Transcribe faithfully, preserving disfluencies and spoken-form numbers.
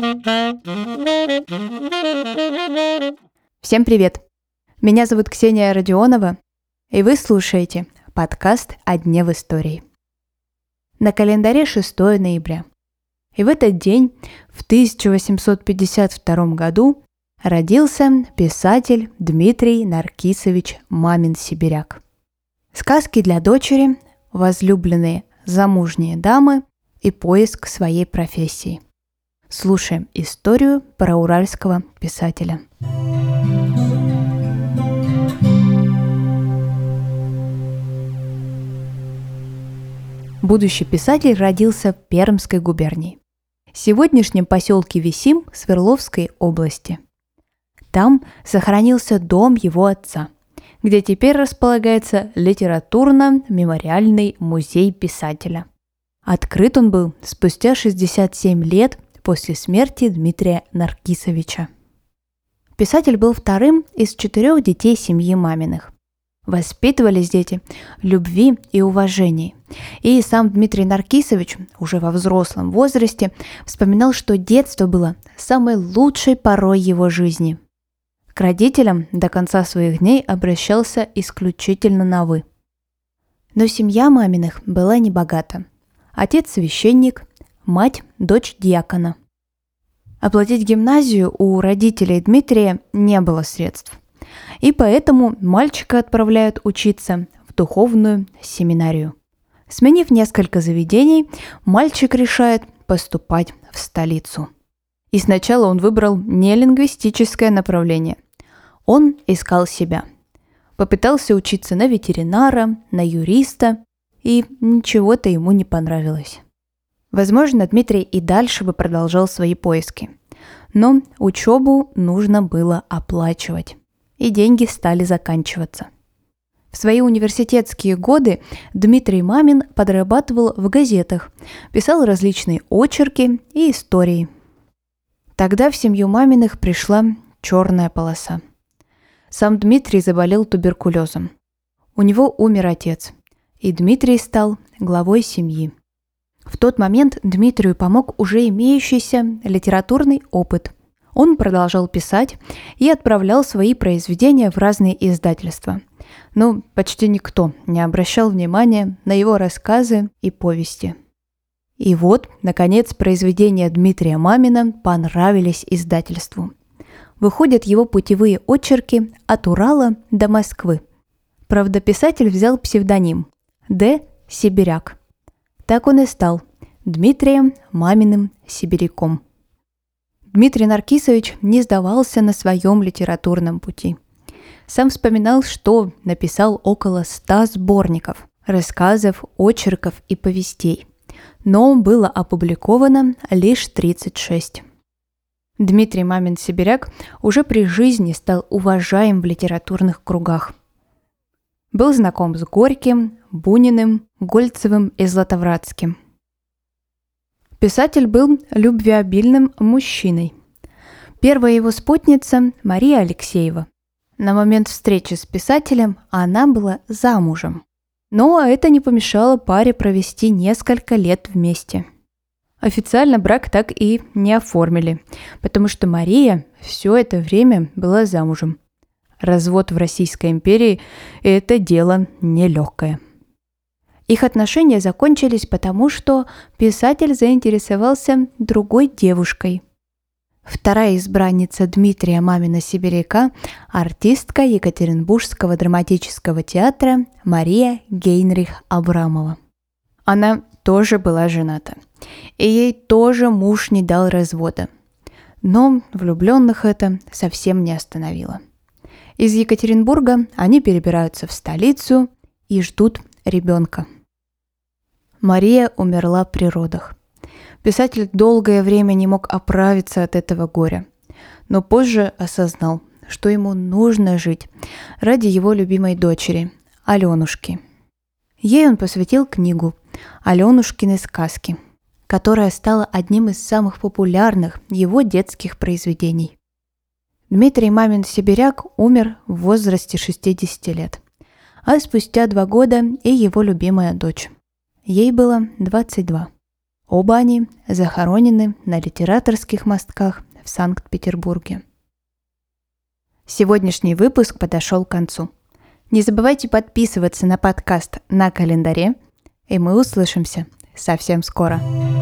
Всем привет! Меня зовут Ксения Родионова, и вы слушаете подкаст «О дне в истории». На календаре шестое ноября. И в этот день, в тысяча восемьсот пятьдесят втором году, родился писатель Дмитрий Наркисович Мамин-Сибиряк. Сказки для дочери, возлюбленные замужние дамы и поиск своей профессии. Слушаем историю про уральского писателя. Будущий писатель родился в Пермской губернии, сегодняшнем поселке Висим Свердловской области. Там сохранился дом его отца, где теперь располагается литературно-мемориальный музей писателя. Открыт он был спустя шестьдесят семь лет после смерти Дмитрия Наркисовича. Писатель был вторым из четырех детей семьи Маминых. Воспитывались дети любви и уважении. И сам Дмитрий Наркисович уже во взрослом возрасте вспоминал, что детство было самой лучшей порой его жизни. К родителям до конца своих дней обращался исключительно на «вы». Но семья Маминых была небогата. Отец священник, мать – дочь диакона. Оплатить гимназию у родителей Дмитрия не было средств. И поэтому мальчика отправляют учиться в духовную семинарию. Сменив несколько заведений, мальчик решает поступать в столицу. И сначала он выбрал не лингвистическое направление. Он искал себя. Попытался учиться на ветеринара, на юриста, и ничего-то ему не понравилось. Возможно, Дмитрий и дальше бы продолжал свои поиски. Но учебу нужно было оплачивать, и деньги стали заканчиваться. В свои университетские годы Дмитрий Мамин подрабатывал в газетах, писал различные очерки и истории. Тогда в семью Маминых пришла черная полоса. Сам Дмитрий заболел туберкулезом. У него умер отец, и Дмитрий стал главой семьи. В тот момент Дмитрию помог уже имеющийся литературный опыт. Он продолжал писать и отправлял свои произведения в разные издательства. Но почти никто не обращал внимания на его рассказы и повести. И вот, наконец, произведения Дмитрия Мамина понравились издательству. Выходят его путевые очерки «От Урала до Москвы». Правда, писатель взял псевдоним Д. Сибиряк. Так он и стал Дмитрием Маминым Сибиряком. Дмитрий Наркисович не сдавался на своем литературном пути. Сам вспоминал, что написал около ста сборников, рассказов, очерков и повестей, но было опубликовано лишь тридцать шесть. Дмитрий Мамин-Сибиряк уже при жизни стал уважаем в литературных кругах. Был знаком с Горьким, Буниным, Гольцевым и Златовратским. Писатель был любвеобильным мужчиной. Первая его спутница – Мария Алексеева. На момент встречи с писателем она была замужем. Но это не помешало паре провести несколько лет вместе. Официально брак так и не оформили, потому что Мария все это время была замужем. Развод в Российской империи – это дело нелегкое. Их отношения закончились потому, что писатель заинтересовался другой девушкой. Вторая избранница Дмитрия Мамина-Сибиряка – артистка Екатеринбургского драматического театра Мария Гейнрих Абрамова. Она тоже была жената, и ей тоже муж не дал развода. Но влюбленных это совсем не остановило. Из Екатеринбурга они перебираются в столицу и ждут ребенка. Мария умерла при родах. Писатель долгое время не мог оправиться от этого горя, но позже осознал, что ему нужно жить ради его любимой дочери, Аленушки. Ей он посвятил книгу «Аленушкины сказки», которая стала одним из самых популярных его детских произведений. Дмитрий Мамин-Сибиряк умер в возрасте шестидесяти лет, а спустя два года и его любимая дочь. Ей было двадцать два. Оба они захоронены на Литераторских мостках в Санкт-Петербурге. Сегодняшний выпуск подошел к концу. Не забывайте подписываться на подкаст на календаре, и мы услышимся совсем скоро.